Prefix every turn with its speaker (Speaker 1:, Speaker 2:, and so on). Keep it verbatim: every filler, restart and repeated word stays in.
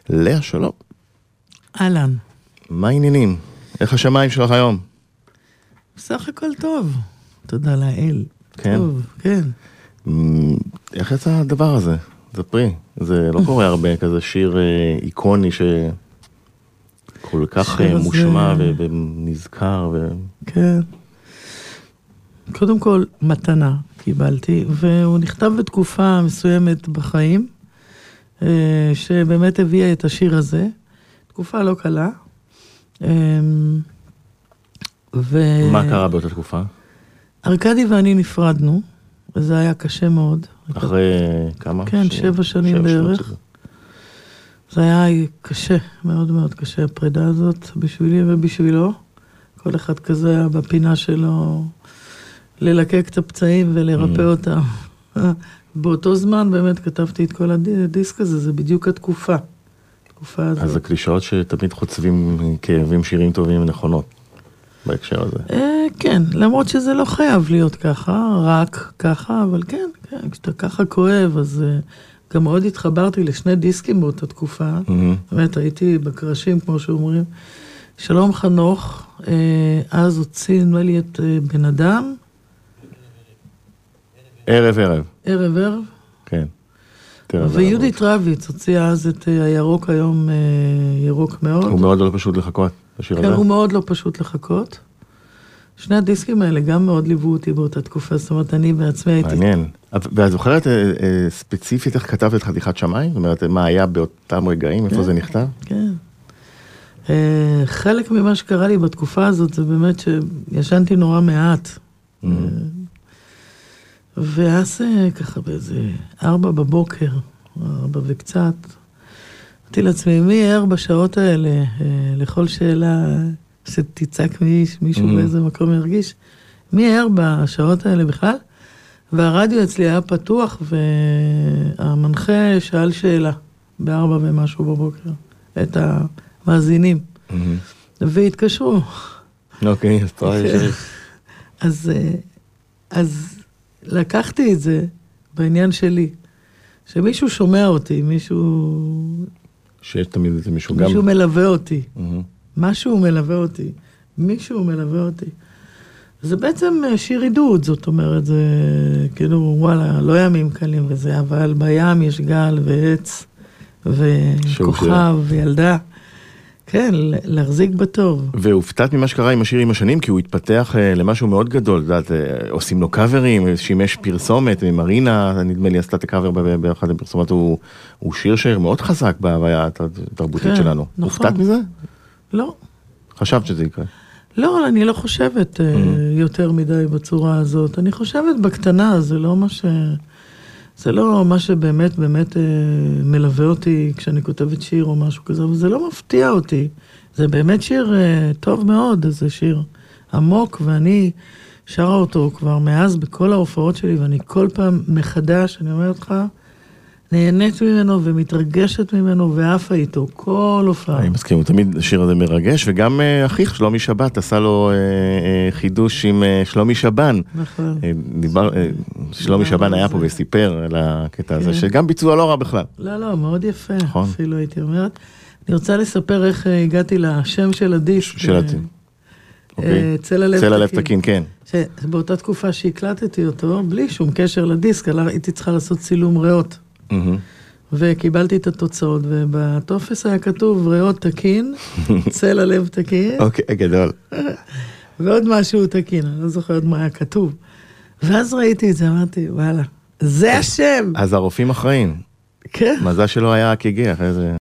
Speaker 1: לאה, שלום.
Speaker 2: אהלן.
Speaker 1: מה העניינים? איך השמיים שלך היום?
Speaker 2: בסך הכל טוב. תודה לאל.
Speaker 1: כן?
Speaker 2: טוב, כן.
Speaker 1: איך יצא הדבר הזה? ספרי. זה לא קורה הרבה, כזה שיר איקוני שכל כך מושמע ונזכר.
Speaker 2: כן. קודם כל, מתנה קיבלתי, והוא נכתב בתקופה מסוימת בחיים, שבאמת הביאה את השיר הזה. תקופה לא קלה. ו...
Speaker 1: מה קרה באותה תקופה?
Speaker 2: ארקדי ואני נפרדנו, וזה היה קשה מאוד.
Speaker 1: אחרי כמה?
Speaker 2: כן, שבע שנים בערך. זה היה קשה, מאוד מאוד קשה, הפרידה הזאת, בשבילי ובשבילו. כל אחד כזה היה בפינה שלו, ללקק את הפצעים ולרפא אותם. באותו זמן באמת כתבתי את כל הדיסק הזה, זה בדיוק התקופה. התקופה הזאת.
Speaker 1: אז הקלישאות שתמיד חוצבים כאבים שירים טובים ונכונות, בהקשר הזה.
Speaker 2: כן, למרות שזה לא חייב להיות ככה, רק ככה, אבל כן, כן, כשאתה ככה כואב, אז גם מאוד התחברתי לשני דיסקים באותה תקופה. באמת, הייתי בקרשים, כמו שאומרים. שלום חנוך, אז הוציא, נדמה לי, את בן אדם.
Speaker 1: ערב ערב.
Speaker 2: ערב ערב.
Speaker 1: כן.
Speaker 2: ויהודית רביץ הוציאה אז את הירוק, היום ירוק מאוד.
Speaker 1: הוא מאוד לא פשוט לחכות, השיר הזה.
Speaker 2: כן, הוא מאוד לא פשוט לחכות. שני הדיסקים האלה גם מאוד ליוו אותי באותה תקופה, זאת אומרת, אני בעצמי הייתי...
Speaker 1: מעניין. ואת זוכרת ספציפית איך כתבת את חתיכת שמיים? זאת אומרת, מה היה באותם רגעים, איפה זה נכתב?
Speaker 2: כן. חלק ממה שקרה לי בתקופה הזאת, זה באמת שישנתי נורא מעט. ואז ככה באיזה ארבע בבוקר, ארבע וקצת, אמרתי לעצמי, מי ער בשעות האלה לכל שאלה שתצעק מישהו באיזה מקום ירגיש? מי ער בשעות האלה בכלל? והרדיו אצלי היה פתוח, והמנחה שאל שאלה בארבע ומשהו בבוקר, את המאזינים, והתקשרו.
Speaker 1: אוקיי, אז טוב.
Speaker 2: אז, אז לקחתי את זה בעניין שלי, שמישהו שומע אותי, מישהו...
Speaker 1: שיש תמיד איזה מישהו גם...
Speaker 2: מישהו מלווה אותי. משהו מלווה אותי. מישהו מלווה אותי. זה בעצם שיר עידוד, זאת אומרת, זה כאילו, וואלה, לא ימים קלים וזה, אבל בים יש גל ועץ, וכוכב וילדה. כן, להחזיק בטוב.
Speaker 1: והופתעת ממה שקרה עם השיר עם השנים, כי הוא התפתח למשהו מאוד גדול, יודעת, עושים לו קאברים, שימש פרסומת, מרינה, נדמה לי, עשתה את הקאבר באחד הפרסומות, הוא שיר שיר מאוד חזק בהוויה התרבותית שלנו. הופתעת מזה?
Speaker 2: לא.
Speaker 1: חשבת שזה יקרה?
Speaker 2: לא, אני לא חושבת יותר מדי בצורה הזאת. אני חושבת בקטנה, זה לא מה ש... זה לא מה שבאמת, באמת מלווה אותי כשאני כותבת שיר או משהו כזה, אבל זה לא מפתיע אותי. זה באמת שיר טוב מאוד, זה שיר עמוק, ואני שרה אותו כבר מאז בכל ההופעות שלי, ואני כל פעם מחדש, אני אומרת לך, נהנית ממנו ומתרגשת ממנו ועפה איתו, כל הופעה.
Speaker 1: אני מסכים, תמיד השיר הזה מרגש, וגם אחיך שלומי שבת עשה לו חידוש עם שלומי שבן.
Speaker 2: נכון.
Speaker 1: שלומי שבן היה פה וסיפר על הקטע הזה, שגם ביצוע לא רע בכלל.
Speaker 2: לא, לא, מאוד יפה, אפילו הייתי אומרת. אני רוצה לספר איך הגעתי לשם של הדיסק.
Speaker 1: של הדיסק.
Speaker 2: צל הלב תקין.
Speaker 1: צל הלב תקין, כן.
Speaker 2: שבאותה תקופה שהקלטתי אותו, בלי שום קשר לדיסק, הייתי צריכה לעשות צילום ריאות. וקיבלתי את התוצאות, ובטופס היה כתוב ריאות תקין, צל הלב תקין.
Speaker 1: אוקיי, גדול.
Speaker 2: ועוד משהו תקין, אני לא זוכרת מה היה כתוב. ואז ראיתי את זה, אמרתי, וואלה, זה השם.
Speaker 1: אז הרופאים אחראים.
Speaker 2: כן.
Speaker 1: מזל שלא היה אק"ג אחרי זה.